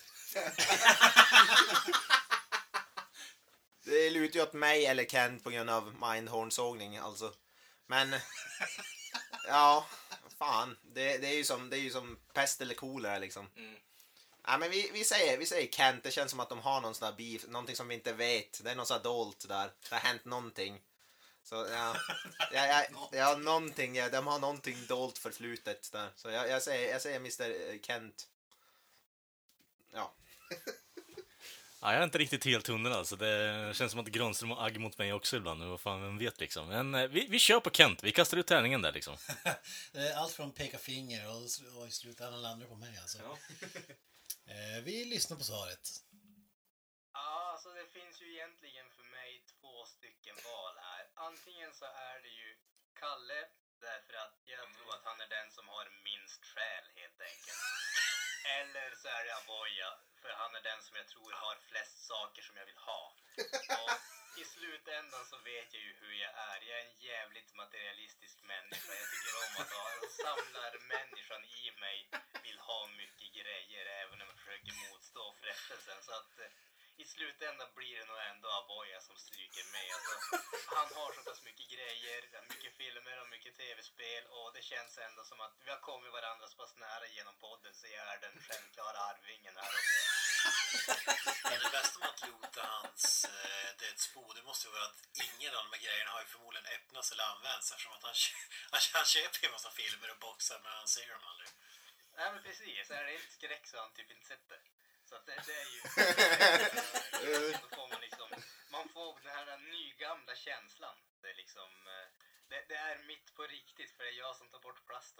Det lutar ju åt mig eller Kent på grund av mindhornsågning alltså. Men ja, fan, det är ju som pest eller kolera liksom. Ja, men vi säger Kent. Det känns som att de har någon sån där beef, någonting som vi inte vet. Det är något sån här dolt där. Det har hänt någonting. Så ja, någonting, de har någonting dolt förflutet där. Så jag säger Mr. Kent. Ja. Ja, jag är inte riktigt helt hundra alltså. Det känns som att Granström har agg mot mig också ibland. Vad fan, vem vet liksom. Men vi kör på Kent. Vi kastar ut tärningen där liksom. Allt från peka finger och i slutändan landar på mig alltså. Ja. Vi lyssnar på svaret. Ja, alltså det finns ju egentligen för mig 2 stycken val här. Antingen så är det ju Kalle, därför att jag tror att han är den som har minst skäl helt enkelt. Eller så är det Avoya, för han är den som jag tror har flest saker som jag vill ha. Och i slutändan så vet jag ju hur jag är. Jag är en jävligt materialistisk människa. Jag tycker om att ha samlarmänniskan i mig vill ha mycket grejer även om jag försöker motstå frestelsen. Så att i slutändan blir det nog ändå Avoya som stryker mig. Alltså, han har så pass mycket grejer, mycket filmer och mycket tv-spel och det känns ändå som att vi har kommit varandra så pass nära genom podden så jag är den självklara arvingen här också. Men det bästa med att lota hans dödsbo, det måste ju vara att ingen av de här grejerna har ju förmodligen öppnats eller använts eftersom att han köper ju en massa filmer och boxar men han ser dem aldrig. Nej men precis, är det inte skräck så har han typ inte sett det. Så att det är ju... Då får man liksom... Man får den här nygamla känslan. Det är liksom... Det är mitt på riktigt för det är jag som tar bort plasten.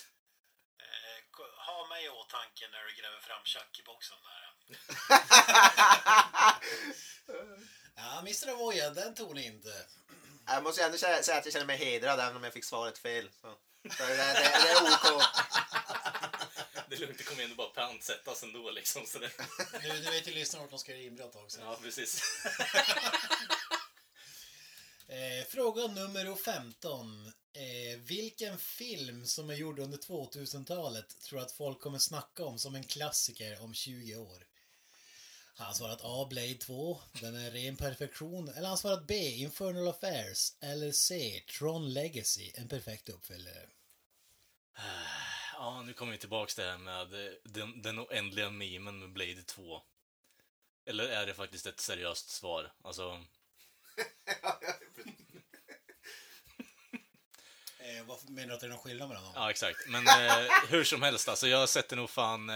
Ha mig i åtanke när du gräver fram Chucky-boxen där. Ja, Mr. Avoya, den tog ni inte. Jag måste ändå säga att jag känner mig hedrad även om jag fick svaret fel. Så det är OK. Det är lugnt, det kommer ändå bara pantsättas ändå liksom. Så det... Du vet ju lyssna vart de ska göra inbrott också. Ja, precis. Fråga nummer 15. Vilken film som är gjord under 2000-talet tror att folk kommer snacka om som en klassiker om 20 år? Han har svarat A, Blade 2. Den är ren perfektion. Eller han har svarat B, Infernal Affairs. Eller C, Tron Legacy. En perfekt uppföljare. Ja, nu kommer vi tillbaks till det här med den oändliga memen med Blade 2. Eller är det faktiskt ett seriöst svar? Alltså... Vad menar du att det är någon skillnad mellan dem? Ja, exakt. Men hur som helst, alltså jag sätter nog fan...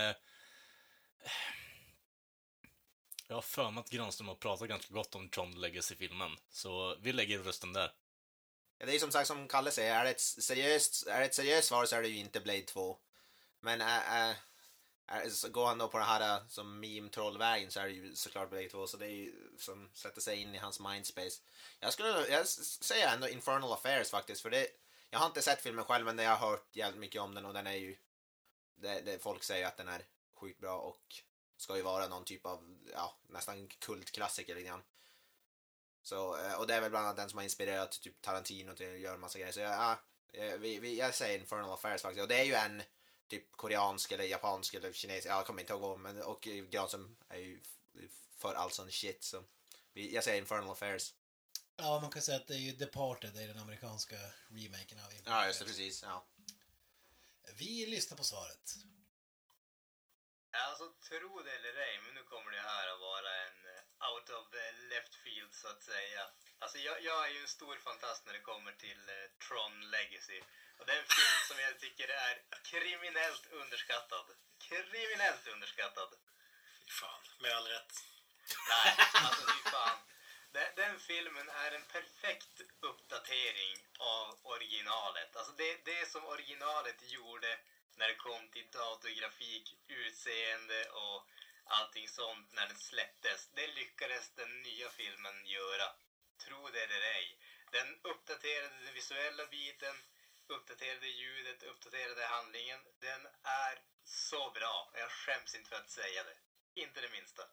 Jag har för mig att Granström har pratat ganska gott om Tron Legacy-filmen. Så vi lägger rösten där. Ja, det är som sagt som Kalle säger, är det ett seriöst svar så är det ju inte Blade 2. Men går han då på det här som meme-trollvägen så är det ju såklart Blade 2. Så det är ju som sätter sig in i hans mindspace. Jag säger ändå Infernal Affairs faktiskt. För det, jag har inte sett filmen själv men jag har hört jävligt mycket om den. Och den är ju, folk säger att den är sjukt bra och ska ju vara någon typ av, ja, nästan kultklassiker lite grann. Så, och det är väl bland annat den som har inspirerat typ Tarantino till att göra en massa grejer. Så jag säger Infernal Affairs faktiskt. Och det är ju en typ koreansk eller japansk eller kinesisk, jag kommer inte ihåg, men och Granström är ju för all sån shit, så jag säger Infernal Affairs. Ja, man kan säga att det är ju Departed, det är den amerikanska remaken av Infernal Ja, just det, Affairs. precis. Ja. Vi lyssnar på svaret. Alltså, tro det eller ej, men nu kommer det här att vara en out of left field så att säga. Alltså, jag är ju en stor fantast när det kommer till Tron Legacy. Och det är en film som jag tycker är kriminellt underskattad. Kriminellt underskattad. Fy fan, med all rätt. Nej, alltså fy fan. Den filmen är en perfekt uppdatering av originalet. Alltså det som originalet gjorde när det kom till datorgrafik, utseende och allting sånt när den släpptes. Det lyckades den nya filmen göra. Tro det eller ej. Den uppdaterade den visuella biten, uppdaterade ljudet, uppdaterade handlingen. Den är så bra. Jag skäms inte för att säga det. Inte det minsta.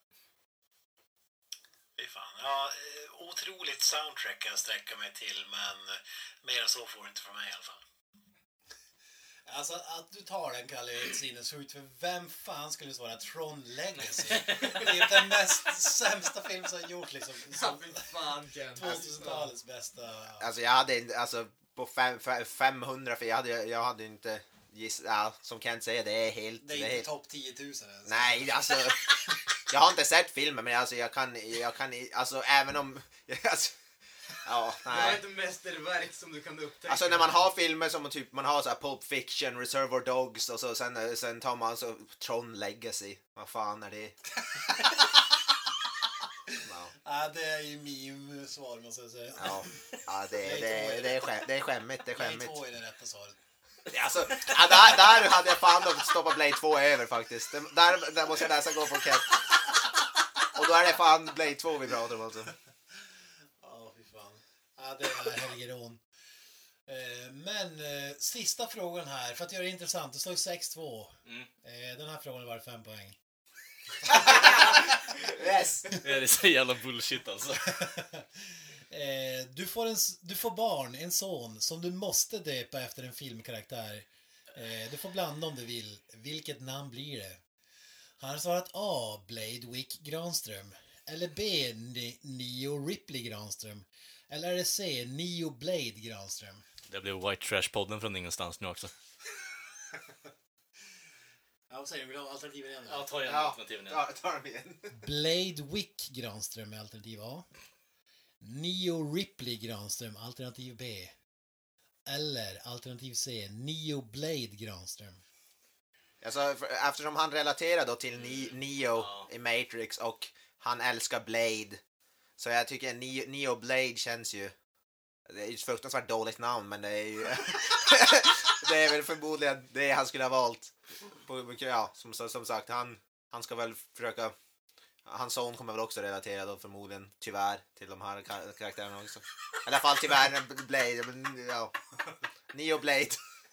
Fy fan. Ja, otroligt soundtrack kan jag sträcka mig till, men mer än så får det inte från mig i alla fall. Alltså att du tar den, Kalle, är sinnessjukt, för vem fan skulle svara Tron Legacy? Det är ju den mest sämsta film som har gjort liksom. Som Fan, Ken. 2000-talets bästa. Alltså jag hade inte, alltså på 500, för jag hade inte som Kent säger, det är helt... Det är inte topp 10 000 ens. Nej, alltså jag har inte sett filmen, men alltså jag kan alltså även om alltså, ja, Det var nej. ett mästerverk som du kan upptäcka. Alltså när man har filmer som typ man har så här Pulp Fiction, Reservoir Dogs och så sen tar man så Tron Legacy. Vad fan är det? Ja, det är ju min svar, måste jag säga. Ja, det är skämmigt, det är Blade skämmigt. 2 är det rätta svaret. Alltså, där hade jag fan då stoppat Blade 2 över faktiskt. Där måste jag nästan gå på Ken. Och då är det fan Blade 2 vi pratar om alltså. Ja, fy fan. Ja, det är helgerån. Men sista frågan här, för att göra det intressant, det står 6-2. Den här frågan är värd 5 poäng. Yes. Det är så jävla bullshit alltså. Du får barn, en son, som du måste döpa efter en filmkaraktär. Du får blanda om du vill. Vilket namn blir det? Han har svarat A. Blade Wick Granström. Eller B. Neo Ripley Granström. Eller är det C. Neo Blade Granström? Det blev White Trash-podden från ingenstans nu också. Ja, vad säger du? Vill du ha alternativen igen? Ja, ta igen alternativen igen. Ta dem igen. Blade Wick Granström är alternativ A. Neo Ripley Granström, alternativ B. Eller alternativ C, Neo Blade Granström. Alltså, eftersom han relaterar då till Neo i Matrix och han älskar Blade, så jag tycker Neo Blade känns ju, det är ju ett fruktansvärt dåligt namn, men det är ju det är väl förmodligen det han skulle ha valt. Ja, som sagt, han ska väl försöka, hans son kommer väl också relatera då förmodligen, tyvärr, till de här karaktärerna också. I alla fall tyvärr Blade, men ja. Neo Blade.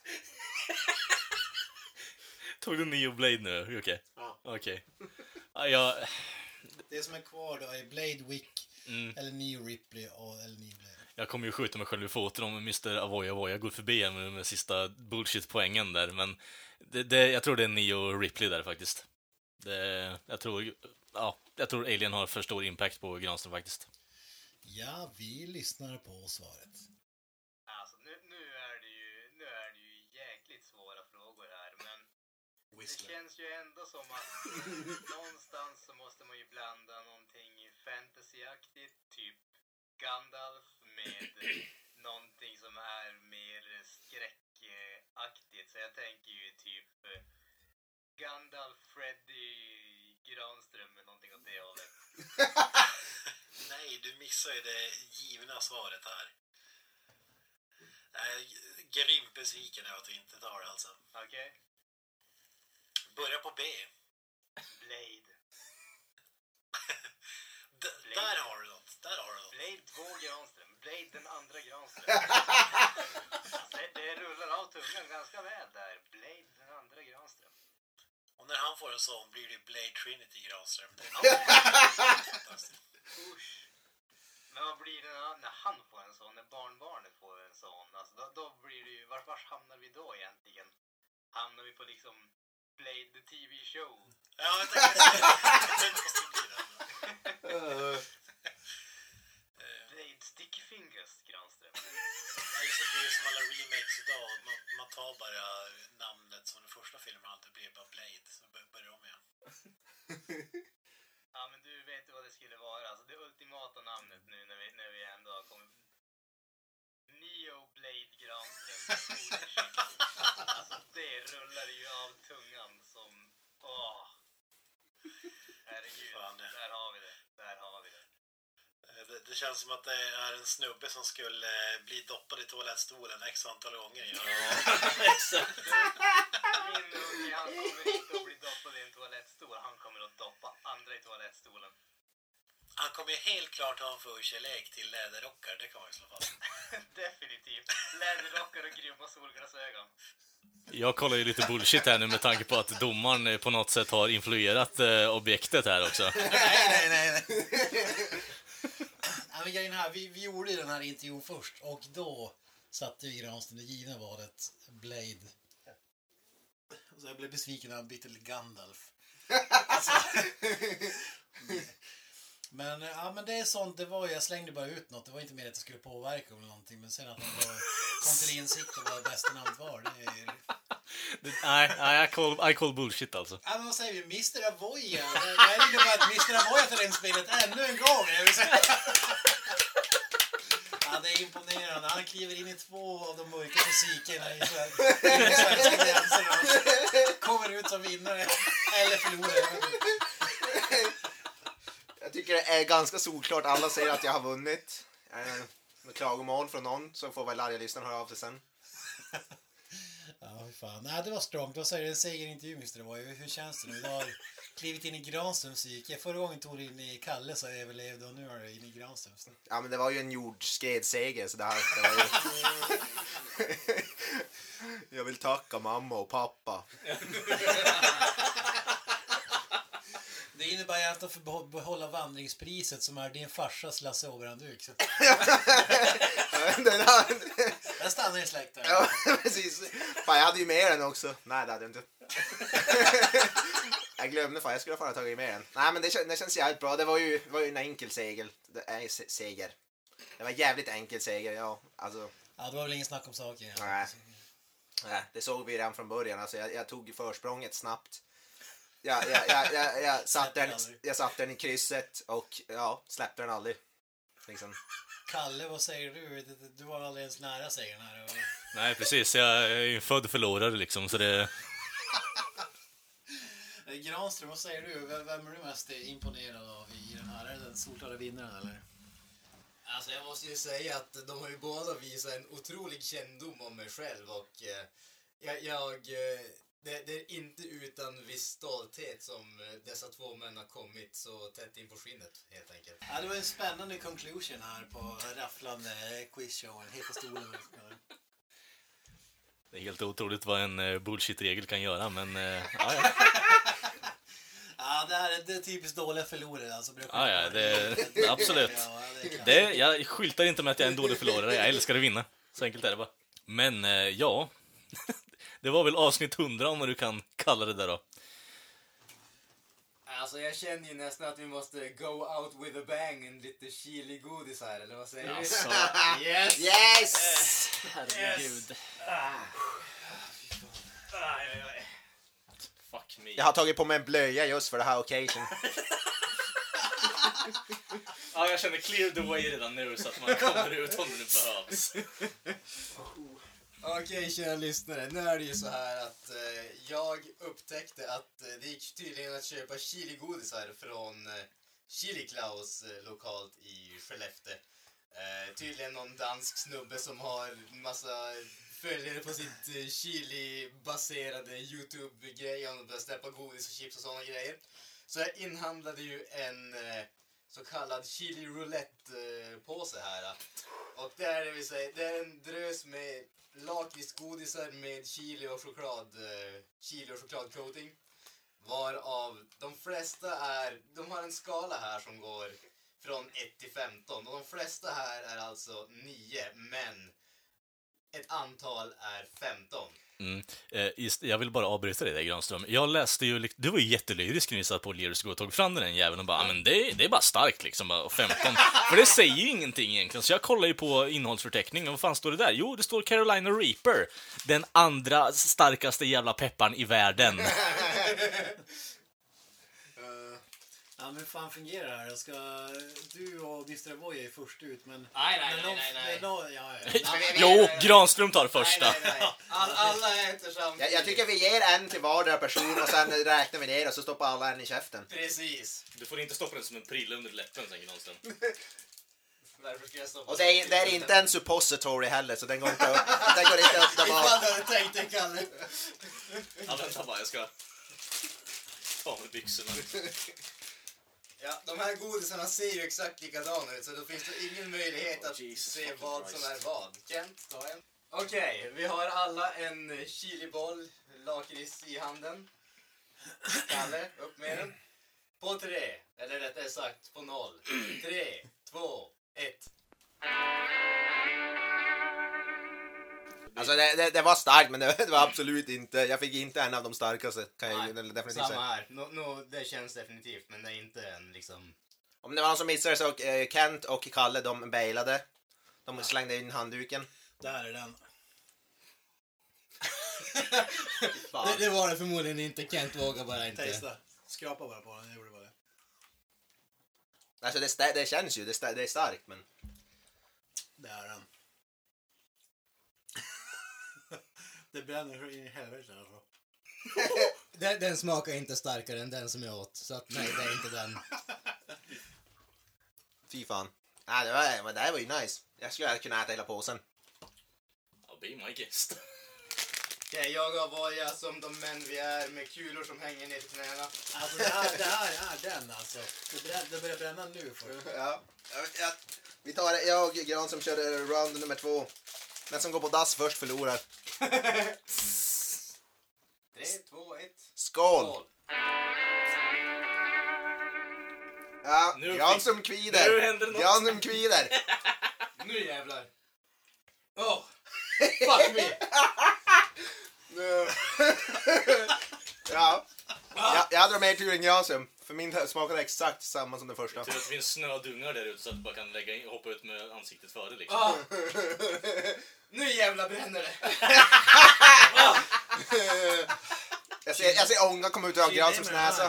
Tog du Neo Blade nu? Okej. Ja. Okej. Ja, Det som är kvar då är Blade Wick eller Neo Ripley eller Neo Blade. jag kommer ju skjuta mig själv i foten om Mr. Avoya går förbi med sista bullshit-poängen där, men jag tror det är Neo Ripley där faktiskt. Jag tror Alien har för stor impact på Granström faktiskt. Ja, vi lyssnar på svaret. Alltså nu är det ju jäkligt svåra frågor här, men det känns ju ändå som att någonstans så måste man ju blanda någonting fantasyaktigt, typ Gandalf, med någonting som är mer skräckaktigt. Så jag tänker ju typ Gandalf, Freddy, Granström eller någonting åt det hållet. Nej, du missar ju det givna svaret här. Grymt besviken är att du inte tar det alltså. Okej? Börja på B. Blade. Där har du något. Blade 2 Granström. Blade den andra Granström. Alltså, det rullar av tungan ganska väl där. Blade den andra Granström. Och när han får en sån blir det Blade Trinity Granström. Usch. Men vad blir det när han får en sån, när barnbarnet får en sån? Alltså då blir det ju, vars hamnar vi då egentligen? Hamnar vi på liksom Blade the TV show? Ja, jag tänkte det måste bli det. Blade Sticky Fingers, Granström. Eller så blir det som alla remakes idag. Man tar bara namnet som den första filmen alltid blir bara Blade. Så börjar de igen. Ja, men du vet ju vad det skulle vara. Alltså det ultimata namnet nu när vi ändå har kommit... Neo Blade Granström. Alltså det rullar ju av tungan som... Åh! Herregud, Fan, ja. där har vi det. Där har vi det. Det känns som att det är en snubbe som skulle bli doppad i toalettstolen x antal gånger. Ja. Exakt. Min unge, han kommer inte att bli doppad i en toalettstol. Han kommer att doppa andra i toalettstolen. Han kommer ju helt klart ha en förkärlek till läderrockar, det kan man ju slå fast. Definitivt. Läderrockar och grymma solglasögon. Jag kollar ju lite bullshit här nu med tanke på att domaren på något sätt har influerat objektet här också. Nej. Ja, men grejen här, vi gjorde ju den här intervjun först och då satte vi Granström det givna valet Blade. Så jag blev besviken när han bytte till Gandalf. Alltså, men det är sånt, det var jag slängde bara ut något, det var inte mer att det skulle påverka eller någonting, men sen att han kom till insikt och vad bästa namnet var, det är... Nej, I call bullshit alltså. Ja, men vad säger vi? Mr. Avoya. Jag är inne på att Mr. Avoya tar in spelet ännu en gång. Jag vill säga. Ja, det är imponerande. Han kliver in i 2 av de mörka fysikerna i svenska gränser och kommer ut som vinnare eller förlorare. Jag tycker det är ganska solklart. Alla säger att jag har vunnit. Med klagomål från någon så får väl arga lyssnare höra av sig sen. Ja, fan. Nej, det var strongt. Vad säger du? En segerintervju, Mr. Avoya. Hur känns det nu? Du har klivit in i Granströms psyke. Förra gången tog du in i Kalle så överlevde och nu är du in i Granströms. Ja, men det var ju en jordskredsseger så det var ju... Jag vill tacka mamma och pappa. Det innebär ju att de får behålla vandringspriset som är din farsas Lasse Åberg-duk. Den stannar i släkten. Ja, precis. Fan, jag hade ju med den också. Nej, det hade jag inte. Jag glömde fan, jag skulle ha tagit med den. Nej, men det känns jävligt bra. Det var ju en enkel seger. Seger. Det var jävligt enkel seger, ja. Alltså... Ja, det var väl ingen snack om saker. Ja. Nej, det såg vi redan från början. Alltså, jag tog försprånget snabbt. Jag satte den i krysset och släppte den aldrig. Liksom. Kalle, vad säger du? Du var aldrig ens nära segern här. Och... Nej, precis. Jag är ju född förlorare liksom, så det... Granström, vad säger du? Vem är du mest imponerad av i den här? Är det den solklara vinnaren, eller? Alltså jag måste ju säga att de har ju båda visat en otrolig kännedom om mig själv och det är inte utan viss stolthet som dessa 2 män har kommit så tätt in på skinnet, helt enkelt. Ja, det var en spännande conclusion här på rafflande quizshowen, Heta stolen. Det är helt otroligt vad en bullshit-regel kan göra, men ja. Ja, det är typiskt dåliga förlorare. Alltså, Ja, absolut. Ja, jag skyltar inte med att jag är en dålig förlorare. Jag älskar att vinna. Så enkelt är det bara. Men ja, det var väl avsnitt 100 om vad du kan kalla det där då. Alltså jag känner ju nästan att vi måste go out with a bang en lite chili godis här, eller vad säger Alltså, Yes! herregud. Fuck me. Jag har tagit på mig en blöja just för det här occasion. Ja, jag känner clear the way redan nu så att man kommer ut om det behövs. Okej, kära lyssnare. Nu är det ju så här att jag upptäckte att det gick tydligen att köpa chiligodisar från Chili Klaus lokalt i Skellefteå. Tydligen någon dansk snubbe som har en massa följare på sitt chili-baserade YouTube-grej. Han börjar släppa godis och chips och sådana grejer. Så jag inhandlade ju en så kallad chili roulette-påse här. Och det vill säga, det är en drös med lakritsgodisar med chili och chokladcoating. Varav de flesta de har en skala här som går från 1 till 15. Och de flesta här är alltså 9, men ett antal är 15. Jag vill bara avbryta dig där, Granström. Jag läste ju, du var ju jättelyrisk när vi satt på Lears och tog fram den jäveln och bara, men det är bara starkt liksom, bara, och 15. För det säger ju ingenting egentligen, så jag kollar ju på innehållsförteckningen, och vad fan står det där? Jo, det står Carolina Reaper, den andra starkaste jävla pepparn i världen. Ja, men hur fan fungerar det här? Ska du och Mr. Avoy är först ut, men... Nej. Jo, Granström tar första. Nej. Alla äter samtidigt. Jag tycker vi ger en till vardera person och sen räknar vi ner och så stoppar alla en i käften. Precis. Du får inte stoppa den som en prilla under läppen sen, Granström. Därför ska jag stoppa. Och det är inte en suppository heller, så den går inte att öppna Ifall bak. du hade tänkt dig, Kalle. Ja, vänta bara, jag ska... Ta med byxorna. Ja, de här godisarna ser ju exakt likadana ut, så då finns det ingen möjlighet att se vad som är vad. Kent, ta en. Okej, vi har alla en chiliboll, lakrits i handen. Kalle, upp med den. På 3, eller rättare sagt på 0. 3, 2, 1. Alltså det var starkt, men det var absolut inte... Jag fick inte en av de starkaste, kan jag definitivt Samma säga. här. Det känns definitivt, men det är inte en liksom... Om det var någon som missade så Kent och Kalle, de bailade. De slängde in handduken. Där är den. Det var det förmodligen inte. Kent vågar bara inte. Testa. Skrapa bara på den, jag gjorde bara det. Alltså det känns ju, det är starkt, men... Där är den. Det bränner in i helvete alltså. Den smakar inte starkare än den som jag åt. Så att nej, det är inte den. Fy fan. Nej, det här var ju nice. Jag skulle kunna äta hela påsen. I'll be my guest. Okej, jag har Voja som de män vi är med kulor som hänger ner till knäna. Alltså det här är den alltså. Det börjar bränna nu för. Ja. Vi tar jag och Gran som kör round nummer 2. Den som går på dass först förlorar. 3, 2, 1. Skål! Ja, Nu Gran fick- som kvider. nu händer något. Gran som kvider. Nu jävlar. Oh, fuck me. Ja. Jag hade mer tur än Granström. För min smakade exakt samma som den första. Tur att det finns snödungar där ute så att du bara kan hoppa ut med ansiktet före liksom. Nu jävlar bränner det. Jag ser ånga komma ut ur Granströms näsa.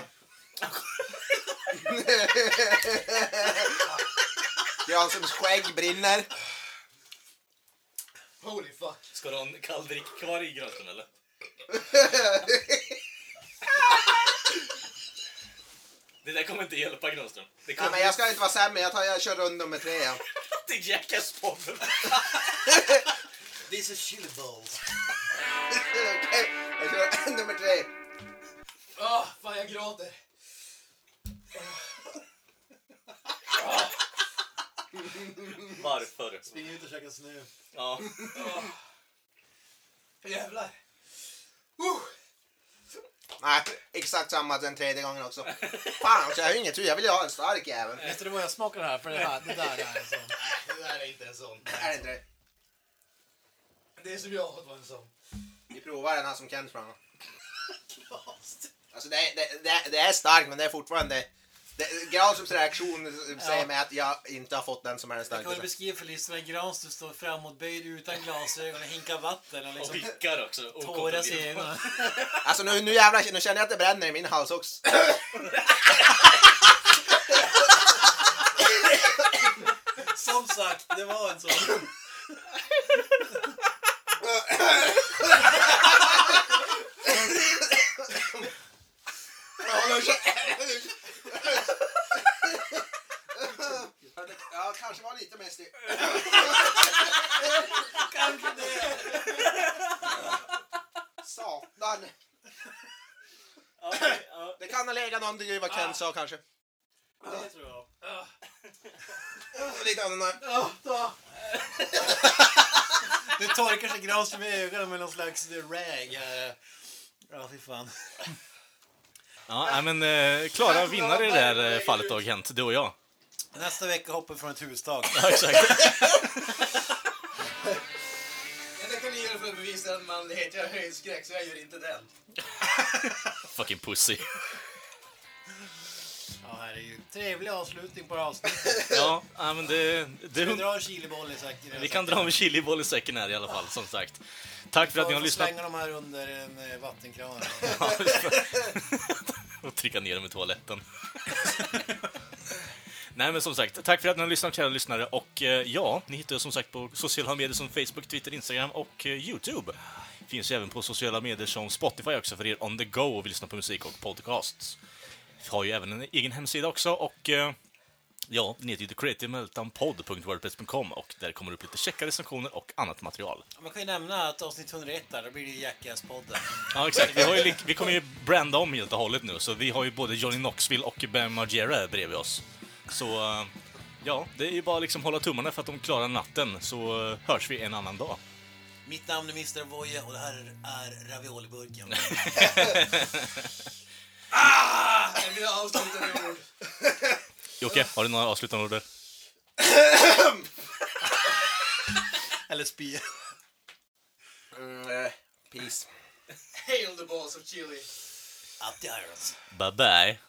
Granströms skägg brinner. Holy fuck. Ska du ha en kall drick kvar i gröten eller? Det där kommer inte hjälpa, Granström. Det Nej, kommer... men jag ska inte vara sämre. Jag kör rund nummer 3. Ja. Det är Jackass-podden. This is chili balls. Okej, jag kör nummer 3. Fan jag gråter. Varför? Spring ut och käka snö. Ja. Jävlar. Nej, exakt samma den tredje gången också. Fan, jag har ju inget tur. Jag vill ju ha en stark jävel. Vet du vad jag smakar här? För det där är en sån. Det där är inte en sån. Är det inte det? Det är som jag har varit en sån. Vi provar den här som Kent sprang. Alltså det är starkt, men det är fortfarande... Granströms reaktion säger mig att jag inte har fått den som är den Jag kan väl starkaste. beskriva för lyssnarna. Granström står framåtböjd utan glasögon och hinkar vatten och Och liksom vickar också. Och tåras i kontrollerar. ögonen. Alltså nu jävlar, nu känner jag att det bränner i min hals också. Som sagt, det var en sån. Ja, kanske var lite mer stil. Kanske det. Satan. Okej, ja. Det kan ha legat någonting i vad Kent sa kanske. Det tror jag. Lite annorlunda. Nu torkar sig Granström i ögonen med någon slags rag här. Ja, fy fan. Ja, men klara vinnare i det här fallet då, Kent, du och jag. Nästa vecka hoppar vi från ett hustak. Ja, exakt. Det kan ni göra för att bevisa en manlighet. Jag har höjdskräck så jag gör inte den. Fucking pussy. Ja, här är ju trevlig avslutning på avsnittet. Ja, men det Vi drar en chiliboll i säcken. vi kan dra en chiliboll i säcken här i alla fall, som sagt. Tack för att ni har lyssnat. Slänga dem här under en vattenkran. Och trycka ner dem i toaletten. Nej, men som sagt, tack för att ni har lyssnat, kära lyssnare. Och ja, ni hittar som sagt på sociala medier som Facebook, Twitter, Instagram och YouTube. Finns ju även på sociala medier som Spotify också för er on the go och vill lyssna på musik och podcasts. Vi har ju även en egen hemsida också och ja, ni heter ju creativemeltdownpod.wordpress.com och där kommer det upp lite checka recensioner och annat material. Man kan ju nämna att avsnitt 101 där, då blir det ju Jackass-podden. Ja, exakt. Vi kommer ju branda om helt och hållet nu, så vi har ju både Johnny Knoxville och Bam Margera bredvid oss. Så ja, det är ju bara liksom hålla tummarna för att de klarar natten, så hörs vi en annan dag. Mitt namn är Mr. Voje och det här är Ravioliburken. Det är mina avslutande ord. Jocke, har du några avslutande ord? Eller spy. Peace. Hail the balls of chili. Up the irons. Bye bye.